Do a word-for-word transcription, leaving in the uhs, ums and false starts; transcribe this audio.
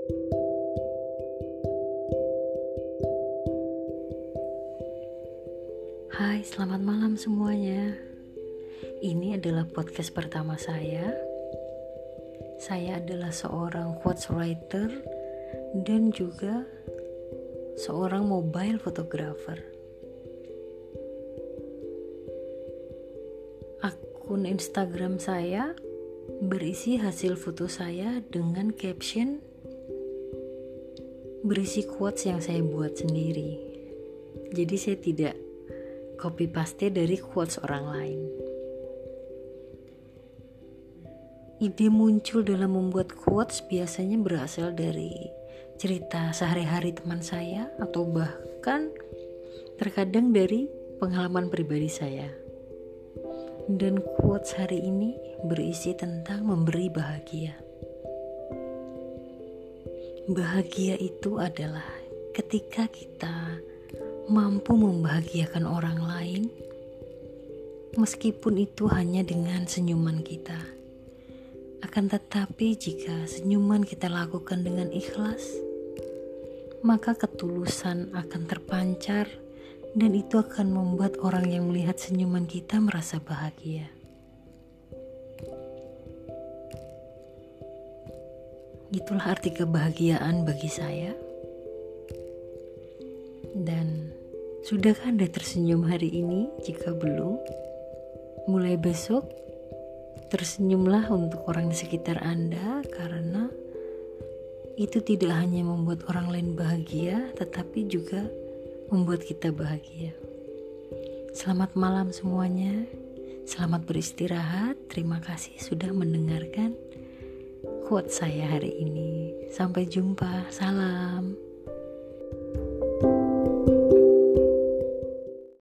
Hai, selamat malam semuanya. Ini adalah podcast pertama saya. Saya adalah seorang quotes writer dan juga seorang mobile photographer. Akun Instagram saya berisi hasil foto saya dengan caption berisi quotes yang saya buat sendiri. Jadi saya tidak copy paste dari quotes orang lain. Ide muncul dalam membuat quotes biasanya berasal dari cerita sehari-hari teman saya atau bahkan terkadang dari pengalaman pribadi saya. Dan quotes hari ini berisi tentang memberi bahagia. Bahagia itu adalah ketika kita mampu membahagiakan orang lain, meskipun itu hanya dengan senyuman kita. Akan tetapi jika senyuman kita lakukan dengan ikhlas, maka ketulusan akan terpancar dan itu akan membuat orang yang melihat senyuman kita merasa bahagia. Itulah arti kebahagiaan bagi saya. Dan sudahkah Anda tersenyum hari ini? Jika belum, mulai besok tersenyumlah untuk orang di sekitar Anda, karena itu tidak hanya membuat orang lain bahagia, tetapi juga membuat kita bahagia. Selamat malam semuanya. Selamat beristirahat. Terima kasih sudah mendengarkan quote saya hari ini. Sampai jumpa. Salam.